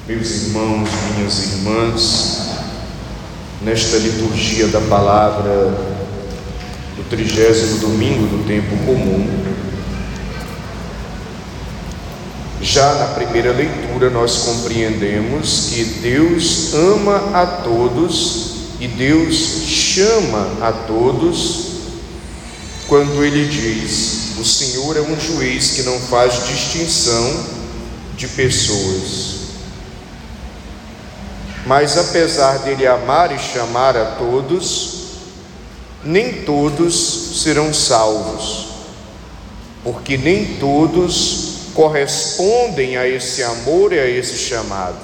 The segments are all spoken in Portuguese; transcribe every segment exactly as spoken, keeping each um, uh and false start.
Meus irmãos, minhas irmãs, nesta liturgia da palavra do trigésimo domingo do tempo comum, já na primeira leitura nós compreendemos que Deus ama a todos e Deus chama a todos quando Ele diz: o Senhor é um juiz que não faz distinção de pessoas. Mas apesar dele amar e chamar a todos, nem todos serão salvos, porque nem todos correspondem a esse amor e a esse chamado.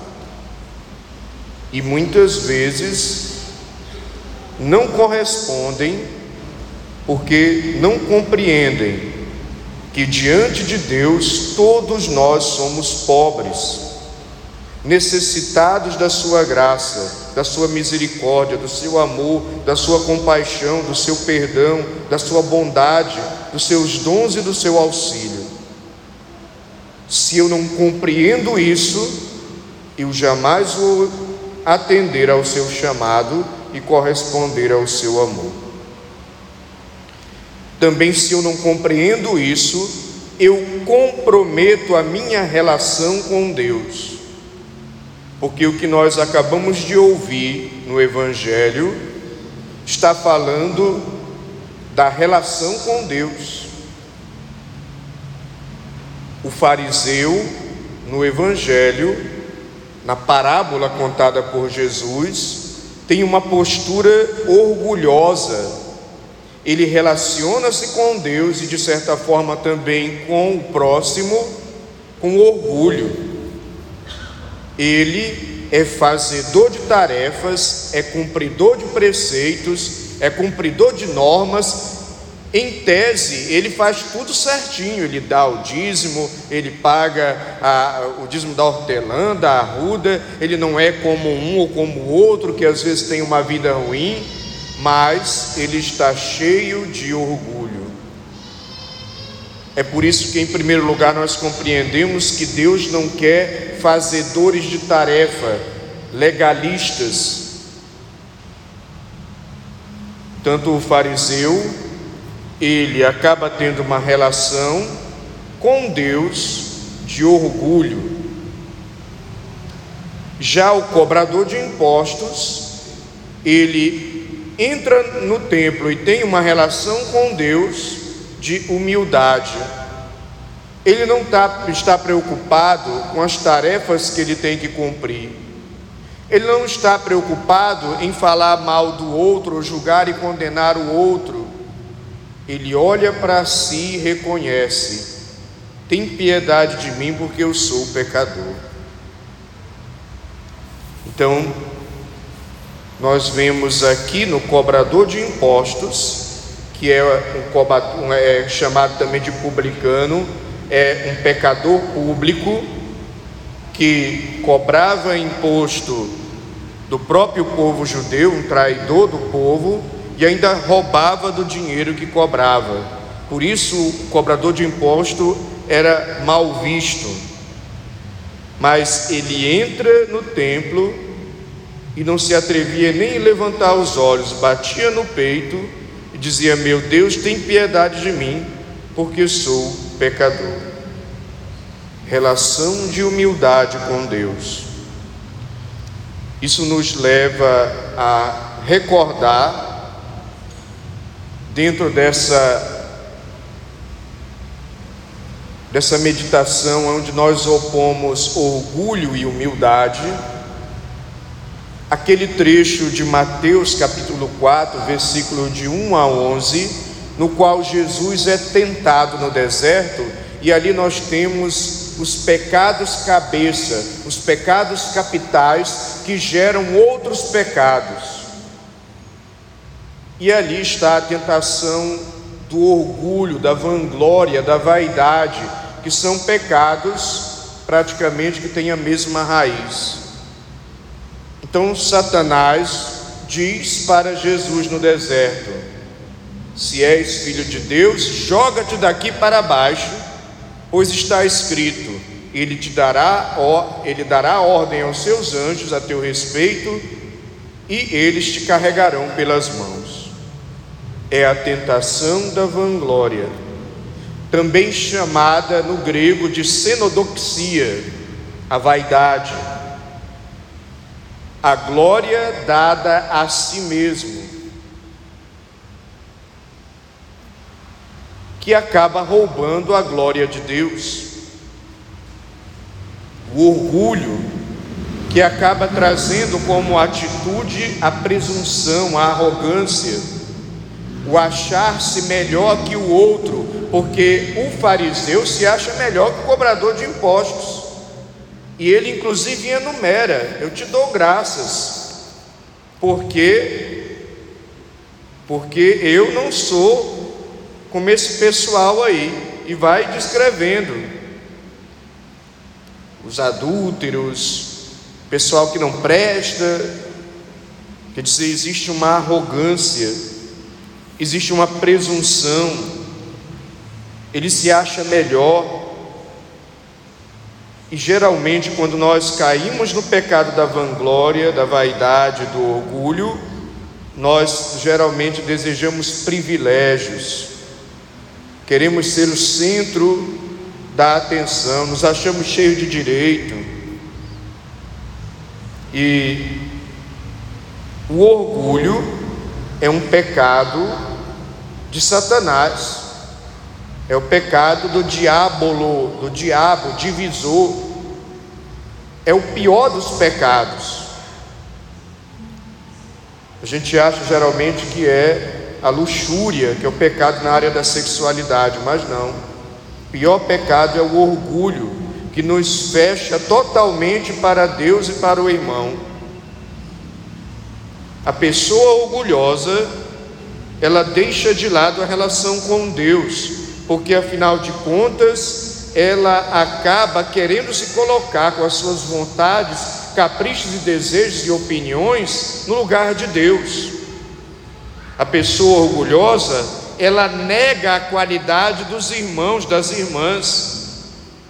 E muitas vezes não correspondem porque não compreendem que diante de Deus todos nós somos pobres, necessitados da sua graça, da sua misericórdia, do seu amor, da sua compaixão, do seu perdão, da sua bondade, dos seus dons e do seu auxílio. Se eu não compreendo isso, eu jamais vou atender ao seu chamado e corresponder ao seu amor. Também, se eu não compreendo isso, eu comprometo a minha relação com Deus. Porque o que nós acabamos de ouvir no Evangelho está falando da relação com Deus. O fariseu, no Evangelho, na parábola contada por Jesus, tem uma postura orgulhosa. Ele relaciona-se com Deus e, de certa forma, também com o próximo, com orgulho. Ele é fazedor de tarefas, é cumpridor de preceitos, é cumpridor de normas. Em tese, ele faz tudo certinho, ele dá o dízimo, ele paga a, o dízimo da hortelã, da arruda, ele não é como um ou como o outro, que às vezes tem uma vida ruim, mas ele está cheio de orgulho. É por isso que, em primeiro lugar, nós compreendemos que Deus não quer fazedores de tarefa, legalistas. Tanto o fariseu, ele acaba tendo uma relação com Deus de orgulho. Já o cobrador de impostos, ele entra no templo e tem uma relação com Deus de humildade. Ele não tá, está preocupado com as tarefas que ele tem que cumprir. Ele não está preocupado em falar mal do outro, ou julgar e condenar o outro. Ele olha para si e reconhece: tem piedade de mim, porque eu sou pecador. Então, nós vemos aqui no cobrador de impostos, que é, um, é chamado também de publicano, é um pecador público que cobrava imposto do próprio povo judeu, um traidor do povo, e ainda roubava do dinheiro que cobrava. Por isso o cobrador de imposto era mal visto. Mas ele entra no templo e não se atrevia nem a levantar os olhos, batia no peito e dizia: meu Deus, tem piedade de mim, porque sou pecador. Relação de humildade com Deus. Isso nos leva a recordar, dentro dessa, dessa meditação onde nós opomos orgulho e humildade, aquele trecho de Mateus capítulo quatro, versículo de um a onze, no qual Jesus é tentado no deserto, e ali nós temos os pecados cabeça, os pecados capitais que geram outros pecados. E ali está a tentação do orgulho, da vanglória, da vaidade, que são pecados praticamente que têm a mesma raiz. Então Satanás diz para Jesus no deserto: se és filho de Deus, joga-te daqui para baixo, pois está escrito: ele te dará, ó, ele dará ordem aos seus anjos a teu respeito, e eles te carregarão pelas mãos. É a tentação da vanglória, também chamada no grego de xenodoxia, a vaidade, a glória dada a si mesmo, que acaba roubando a glória de Deus. O orgulho, que acaba trazendo como atitude a presunção, a arrogância, o achar-se melhor que o outro, porque o fariseu se acha melhor que o cobrador de impostos, e ele inclusive enumera: eu te dou graças, porque, porque eu não sou como esse pessoal aí, e vai descrevendo os adúlteros, pessoal que não presta. Quer dizer, existe uma arrogância, existe uma presunção, ele se acha melhor. E geralmente, quando nós caímos no pecado da vanglória, da vaidade, do orgulho, nós geralmente desejamos privilégios, queremos ser o centro da atenção, nos achamos cheios de direito. E o orgulho é um pecado de Satanás, é o pecado do diabolo, do diabo divisor, é o pior dos pecados. A gente acha geralmente que é a luxúria, que é o pecado na área da sexualidade, mas não. O pior pecado é o orgulho, que nos fecha totalmente para Deus e para o irmão. A pessoa orgulhosa, ela deixa de lado a relação com Deus, porque afinal de contas, ela acaba querendo se colocar com as suas vontades, caprichos e desejos e opiniões no lugar de Deus. A pessoa orgulhosa, ela nega a qualidade dos irmãos, das irmãs.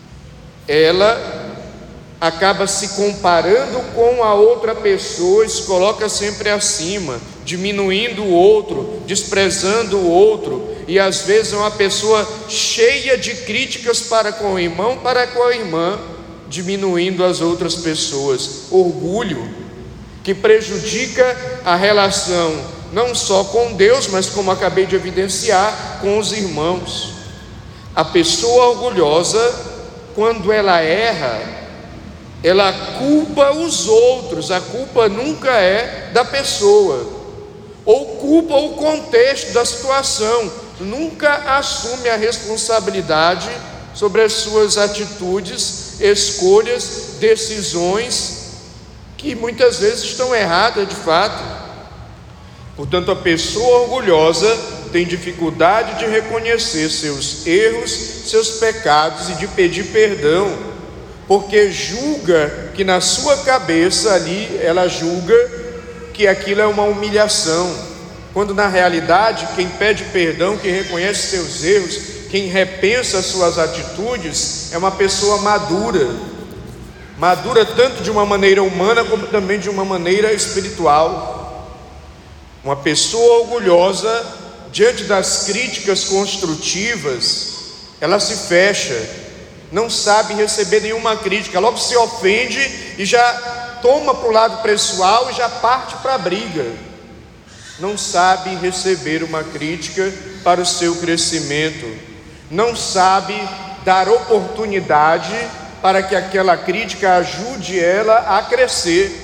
Ela acaba se comparando com a outra pessoa e se coloca sempre acima, diminuindo o outro, desprezando o outro, e às vezes é uma pessoa cheia de críticas para com o irmão, para com a irmã, diminuindo as outras pessoas. Orgulho que prejudica a relação não só com Deus, mas, como acabei de evidenciar, com os irmãos. A pessoa orgulhosa, quando ela erra, ela culpa os outros, a culpa nunca é da pessoa, ou culpa o contexto da situação, nunca assume a responsabilidade sobre as suas atitudes, escolhas, decisões, que muitas vezes estão erradas de fato. Portanto, a pessoa orgulhosa tem dificuldade de reconhecer seus erros, seus pecados e de pedir perdão, porque julga que na sua cabeça ali, ela julga que aquilo é uma humilhação, quando na realidade quem pede perdão, quem reconhece seus erros, quem repensa suas atitudes, é uma pessoa madura, madura tanto de uma maneira humana como também de uma maneira espiritual. Uma pessoa orgulhosa, diante das críticas construtivas, ela se fecha, não sabe receber nenhuma crítica, logo se ofende e já toma para o lado pessoal e já parte para a briga. Não sabe receber uma crítica para o seu crescimento, não sabe dar oportunidade para que aquela crítica ajude ela a crescer.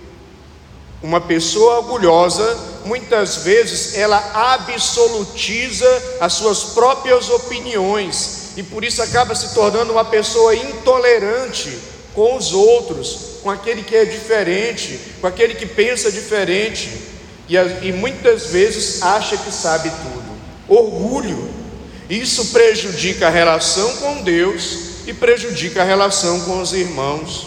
Uma pessoa orgulhosa, muitas vezes, ela absolutiza as suas próprias opiniões, e por isso acaba se tornando uma pessoa intolerante com os outros, com aquele que é diferente, com aquele que pensa diferente, e, e muitas vezes acha que sabe tudo. Orgulho, isso prejudica a relação com Deus e prejudica a relação com os irmãos.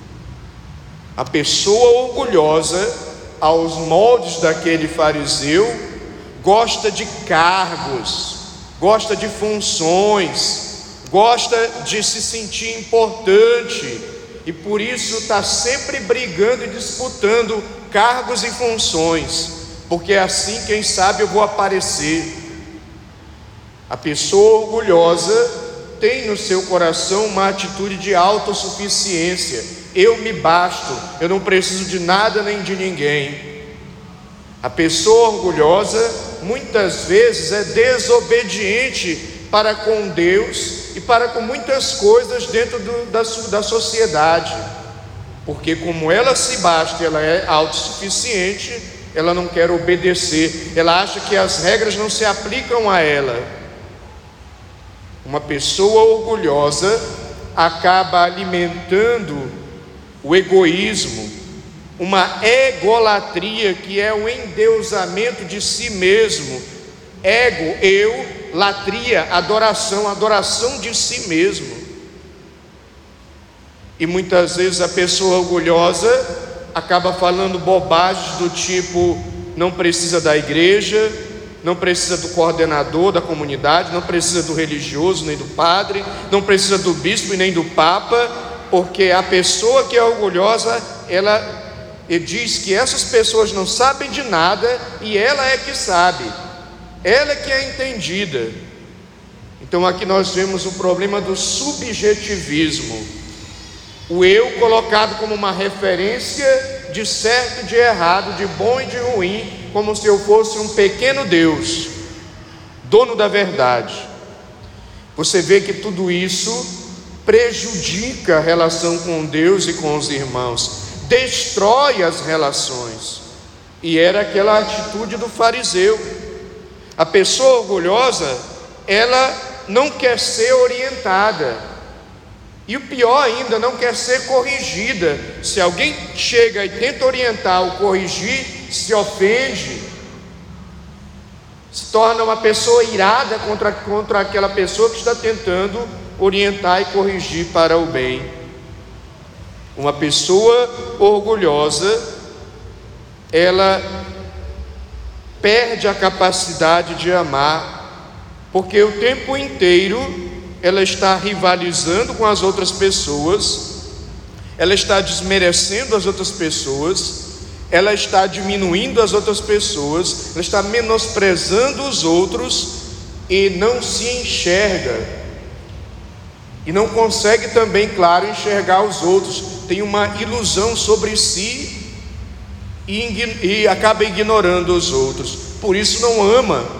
A pessoa orgulhosa, aos moldes daquele fariseu, gosta de cargos, gosta de funções, gosta de se sentir importante e por isso está sempre brigando e disputando cargos e funções, porque é assim, quem sabe, eu vou aparecer. A pessoa orgulhosa tem no seu coração uma atitude de autossuficiência. Eu me basto, eu não preciso de nada nem de ninguém. A pessoa orgulhosa muitas vezes é desobediente para com Deus e para com muitas coisas dentro do, da, da sociedade, porque como ela se basta, ela é autossuficiente, ela não quer obedecer, ela acha que as regras não se aplicam a ela. Uma pessoa orgulhosa acaba alimentando o egoísmo, uma egolatria, que é o endeusamento de si mesmo. Ego, eu, latria, adoração, adoração de si mesmo. E muitas vezes a pessoa orgulhosa acaba falando bobagens do tipo: não precisa da igreja, não precisa do coordenador da comunidade, não precisa do religioso nem do padre, não precisa do bispo e nem do papa, porque a pessoa que é orgulhosa, ela diz que essas pessoas não sabem de nada e ela é que sabe, ela é que é entendida. Então aqui nós vemos o problema do subjetivismo, o eu colocado como uma referência de certo e de errado, de bom e de ruim, como se eu fosse um pequeno Deus, dono da verdade. Você vê que tudo isso prejudica a relação com Deus e com os irmãos, destrói as relações. E era aquela atitude do fariseu. A pessoa orgulhosa, ela não quer ser orientada, e o pior ainda, não quer ser corrigida. Se alguém chega e tenta orientar ou corrigir, se ofende, se torna uma pessoa irada contra, contra aquela pessoa que está tentando orientar e corrigir para o bem. Uma pessoa orgulhosa, ela perde a capacidade de amar, porque o tempo inteiro ela está rivalizando com as outras pessoas, ela está desmerecendo as outras pessoas, ela está diminuindo as outras pessoas, ela está menosprezando os outros e não se enxerga, e não consegue também, claro, enxergar os outros, tem uma ilusão sobre si e, e acaba ignorando os outros, por isso não ama.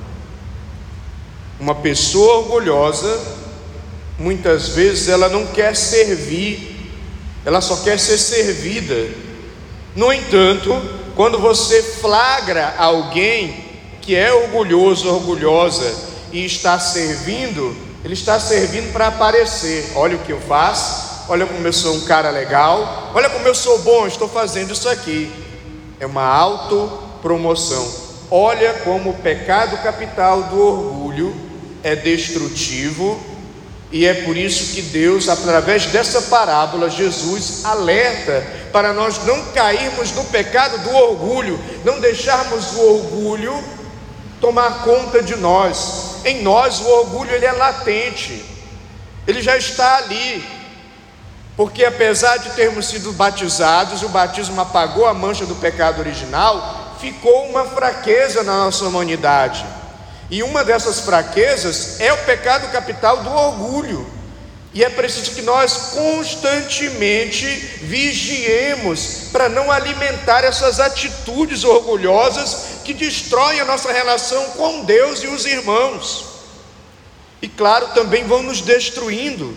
Uma pessoa orgulhosa, muitas vezes ela não quer servir, ela só quer ser servida. No entanto, quando você flagra alguém que é orgulhoso, orgulhosa e está servindo, ele está servindo para aparecer. Olha o que eu faço, olha como eu sou um cara legal, olha como eu sou bom, estou fazendo isso aqui. É uma autopromoção. Olha como o pecado capital do orgulho é destrutivo, e é por isso que Deus, através dessa parábola, Jesus alerta para nós não cairmos no pecado do orgulho, não deixarmos o orgulho tomar conta de nós. Em nós o orgulho ele é latente, ele já está ali, porque apesar de termos sido batizados, o batismo apagou a mancha do pecado original, ficou uma fraqueza na nossa humanidade. E uma dessas fraquezas é o pecado capital do orgulho. E é preciso que nós constantemente vigiemos para não alimentar essas atitudes orgulhosas que destroem a nossa relação com Deus e os irmãos. E claro, também vão nos destruindo.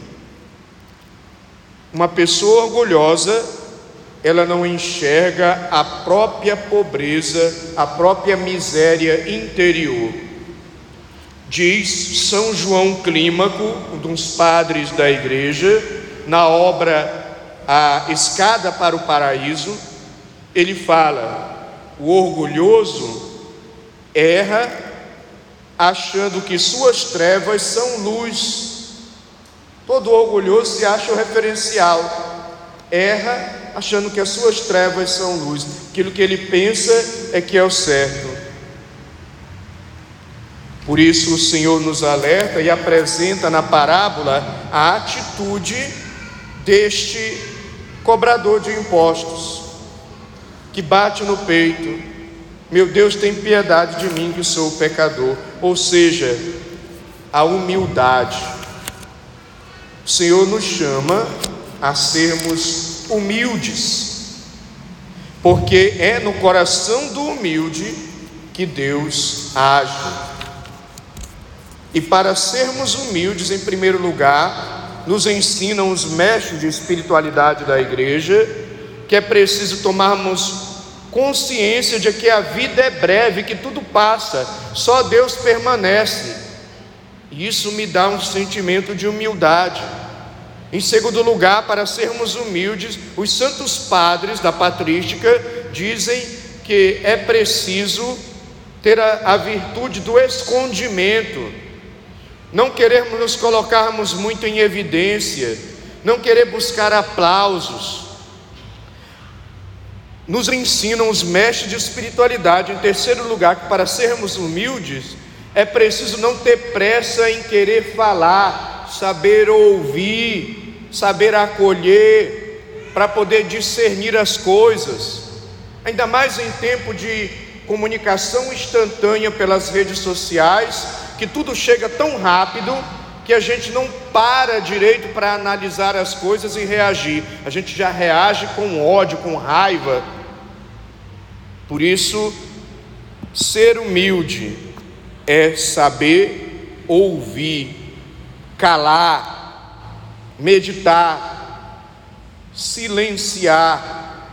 Uma pessoa orgulhosa, ela não enxerga a própria pobreza, a própria miséria interior. Diz São João Clímaco, um dos padres da igreja, na obra A Escada para o Paraíso, ele fala: o orgulhoso erra achando que suas trevas são luz. Todo orgulhoso se acha o referencial, erra achando que as suas trevas são luz, aquilo que ele pensa é que é o certo. Por Por isso o Senhor nos alerta e apresenta na parábola a atitude deste cobrador de impostos, que bate no peito: meu Deus, tem piedade de mim que sou pecador. Ou seja, a humildade. O Senhor nos chama a sermos humildes, porque é no coração do humilde que Deus age. E para sermos humildes, em primeiro lugar, nos ensinam os mestres de espiritualidade da igreja que é preciso tomarmos consciência de que a vida é breve, que tudo passa, só Deus permanece. E isso me dá um sentimento de humildade. Em segundo lugar, para sermos humildes, os santos padres da patrística dizem que é preciso ter a, a virtude do escondimento, não queremos nos colocarmos muito em evidência, não querer buscar aplausos. Nos ensinam os mestres de espiritualidade, em terceiro lugar, que para sermos humildes é preciso não ter pressa em querer falar, saber ouvir, saber acolher, para poder discernir as coisas, ainda mais em tempo de comunicação instantânea pelas redes sociais, que tudo chega tão rápido que a gente não para direito para analisar as coisas e reagir, a gente já reage com ódio, com raiva. Por isso, ser humilde é saber ouvir, calar, meditar, silenciar.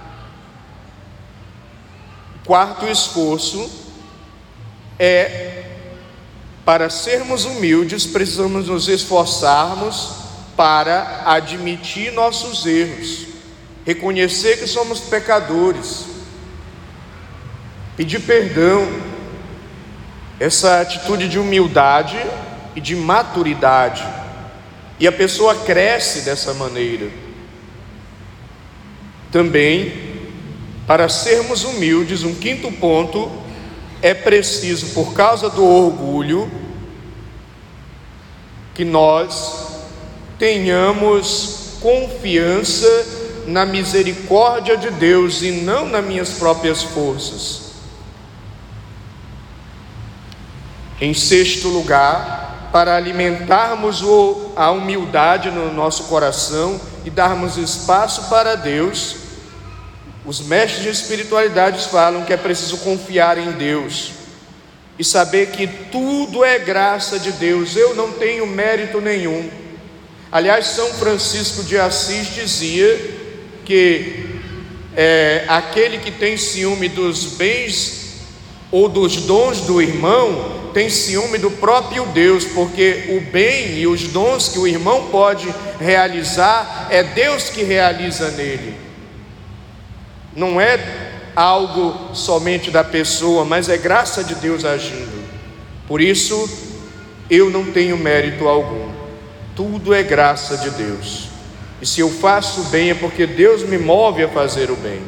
Quarto esforço é: para sermos humildes, precisamos nos esforçarmos para admitir nossos erros, reconhecer que somos pecadores, pedir perdão. Essa atitude de humildade e de maturidade, e a pessoa cresce dessa maneira. Também, para sermos humildes, um quinto ponto, é preciso, por causa do orgulho, que nós tenhamos confiança na misericórdia de Deus e não nas minhas próprias forças. Em sexto lugar, para alimentarmos a humildade no nosso coração e darmos espaço para Deus, os mestres de espiritualidade falam que é preciso confiar em Deus e saber que tudo é graça de Deus. Eu não tenho mérito nenhum. Aliás, São Francisco de Assis dizia que é, aquele que tem ciúme dos bens ou dos dons do irmão tem ciúme do próprio Deus, porque o bem e os dons que o irmão pode realizar é Deus que realiza nele. Não é algo somente da pessoa, mas é graça de Deus agindo. Por isso, eu não tenho mérito algum, tudo é graça de Deus. E se eu faço o bem é porque Deus me move a fazer o bem.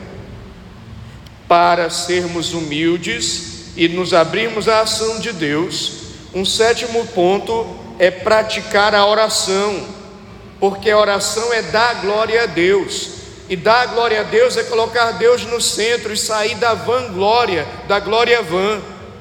Para sermos humildes e nos abrirmos à ação de Deus, um sétimo ponto é praticar a oração, porque a oração é dar glória a Deus. E dar glória a Deus é colocar Deus no centro e sair da vanglória, da glória vã.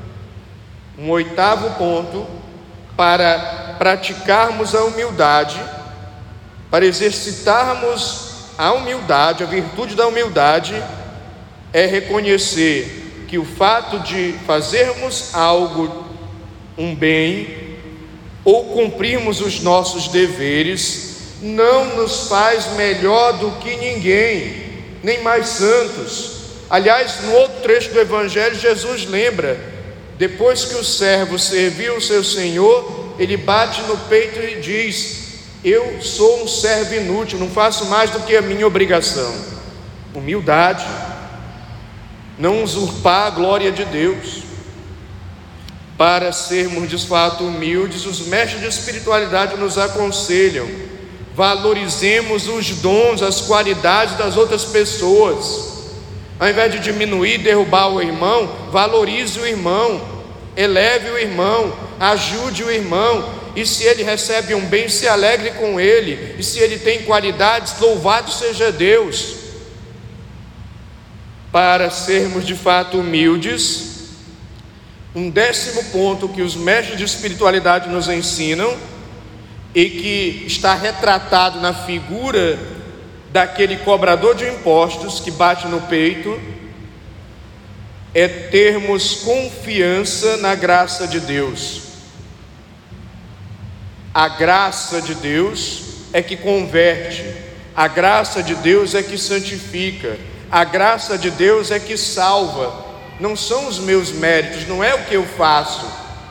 Um oitavo ponto, para praticarmos a humildade, para exercitarmos a humildade, a virtude da humildade, é reconhecer que o fato de fazermos algo, um bem, ou cumprirmos os nossos deveres, não nos faz melhor do que ninguém, nem mais santos. Aliás, no outro trecho do Evangelho, Jesus lembra, depois que o servo serviu o seu Senhor, ele bate no peito e diz: eu sou um servo inútil, não faço mais do que a minha obrigação. Humildade, não usurpar a glória de Deus. Para sermos de fato humildes, os mestres de espiritualidade nos aconselham: valorizemos os dons, as qualidades das outras pessoas. Ao invés de diminuir, derrubar o irmão, valorize o irmão, eleve o irmão, ajude o irmão, e se ele recebe um bem, se alegre com ele, e se ele tem qualidades, louvado seja Deus. Para sermos de fato humildes, um décimo ponto que os mestres de espiritualidade nos ensinam, e que está retratado na figura daquele cobrador de impostos que bate no peito, é termos confiança na graça de Deus. A graça de Deus é que converte, a graça de Deus é que santifica, a graça de Deus é que salva. Não são os meus méritos, não é o que eu faço.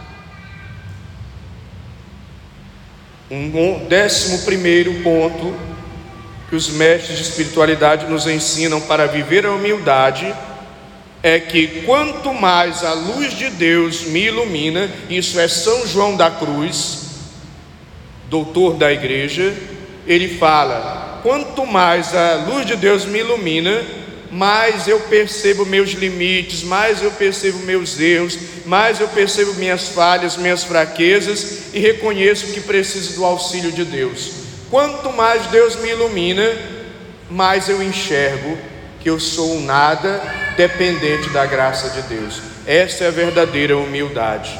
Um décimo primeiro ponto que os mestres de espiritualidade nos ensinam para viver a humildade é que quanto mais a luz de Deus me ilumina, isso é São João da Cruz, doutor da igreja, ele fala: quanto mais a luz de Deus me ilumina, mais eu percebo meus limites, mais eu percebo meus erros, mais eu percebo minhas falhas, minhas fraquezas, e reconheço que preciso do auxílio de Deus. Quanto mais Deus me ilumina, mais eu enxergo que eu sou um nada, dependente da graça de Deus. Essa é a verdadeira humildade.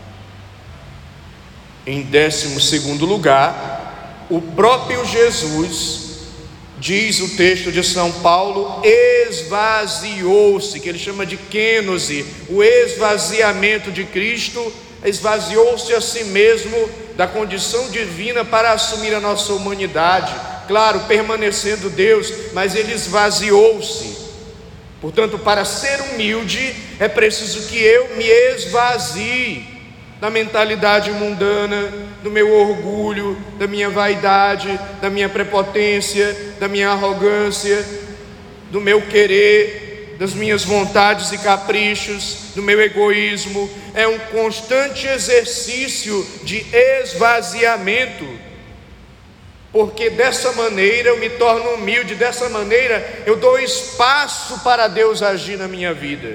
Em décimo segundo lugar, o próprio Jesus, diz o texto de São Paulo, esvaziou-se, que ele chama de kênose, o esvaziamento de Cristo. Esvaziou-se a si mesmo da condição divina para assumir a nossa humanidade, claro, permanecendo Deus, mas ele esvaziou-se. Portanto, para ser humilde, é preciso que eu me esvazie da mentalidade mundana, do meu orgulho, da minha vaidade, da minha prepotência, da minha arrogância, do meu querer, das minhas vontades e caprichos, do meu egoísmo. É um constante exercício de esvaziamento, porque dessa maneira eu me torno humilde, dessa maneira eu dou espaço para Deus agir na minha vida.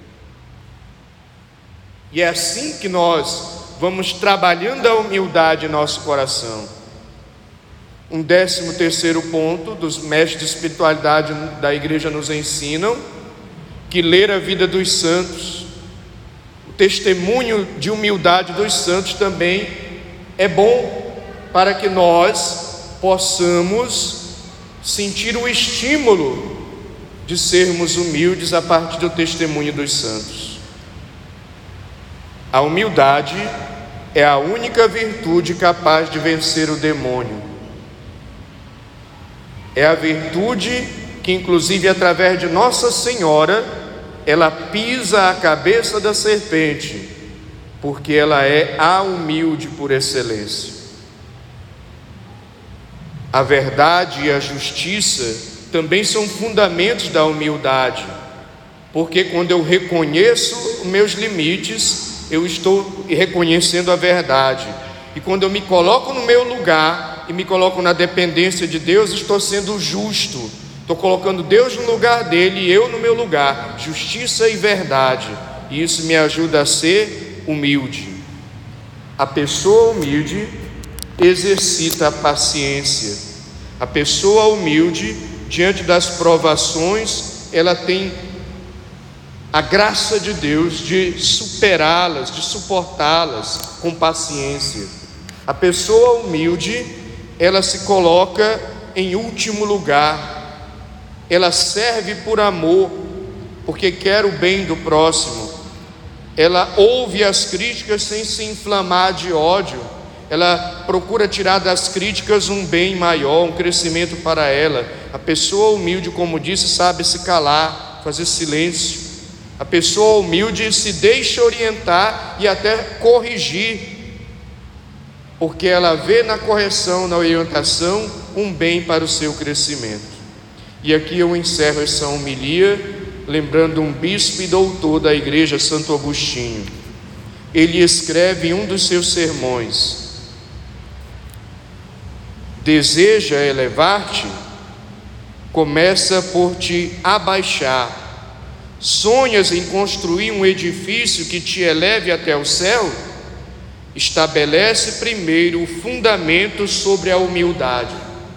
E é assim que nós vamos trabalhando a humildade em nosso coração. Um décimo terceiro ponto dos mestres de espiritualidade da igreja nos ensinam que ler a vida dos santos, o testemunho de humildade dos santos também é bom para que nós possamos sentir o estímulo de sermos humildes a partir do testemunho dos santos. A humildade é a única virtude capaz de vencer o demônio. É a virtude que, inclusive através de Nossa Senhora, ela pisa a cabeça da serpente, porque ela é a humilde por excelência. A verdade e a justiça também são fundamentos da humildade, porque quando eu reconheço meus limites, eu estou reconhecendo a verdade, e quando eu me coloco no meu lugar e me coloco na dependência de Deus, estou sendo justo, estou colocando Deus no lugar dele e eu no meu lugar, justiça e verdade, e isso me ajuda a ser humilde. A pessoa humilde exercita a paciência. A pessoa humilde, diante das provações, ela tem a graça de Deus de superá-las, de suportá-las com paciência. A pessoa humilde, ela se coloca em último lugar, ela serve por amor, porque quer o bem do próximo, ela ouve as críticas sem se inflamar de ódio, ela procura tirar das críticas um bem maior, um crescimento para ela. A pessoa humilde, como disse, sabe se calar, fazer silêncio. A pessoa humilde se deixa orientar e até corrigir, porque ela vê na correção, na orientação, um bem para o seu crescimento. E aqui eu encerro essa homilia, lembrando um bispo e doutor da igreja, Santo Agostinho. Ele escreve em um dos seus sermões: deseja elevar-te, começa por te abaixar, Sonhas em construir um edifício que te eleve até o céu? Estabelece primeiro o fundamento sobre a humildade.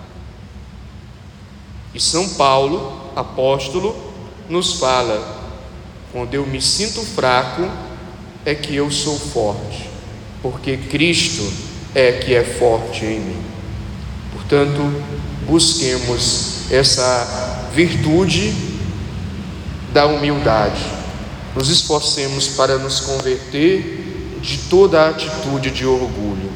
E São Paulo, apóstolo, nos fala: quando eu me sinto fraco, é que eu sou forte, porque Cristo é que é forte em mim. Portanto, busquemos essa virtude da humildade, nos esforcemos para nos converter de toda a atitude de orgulho.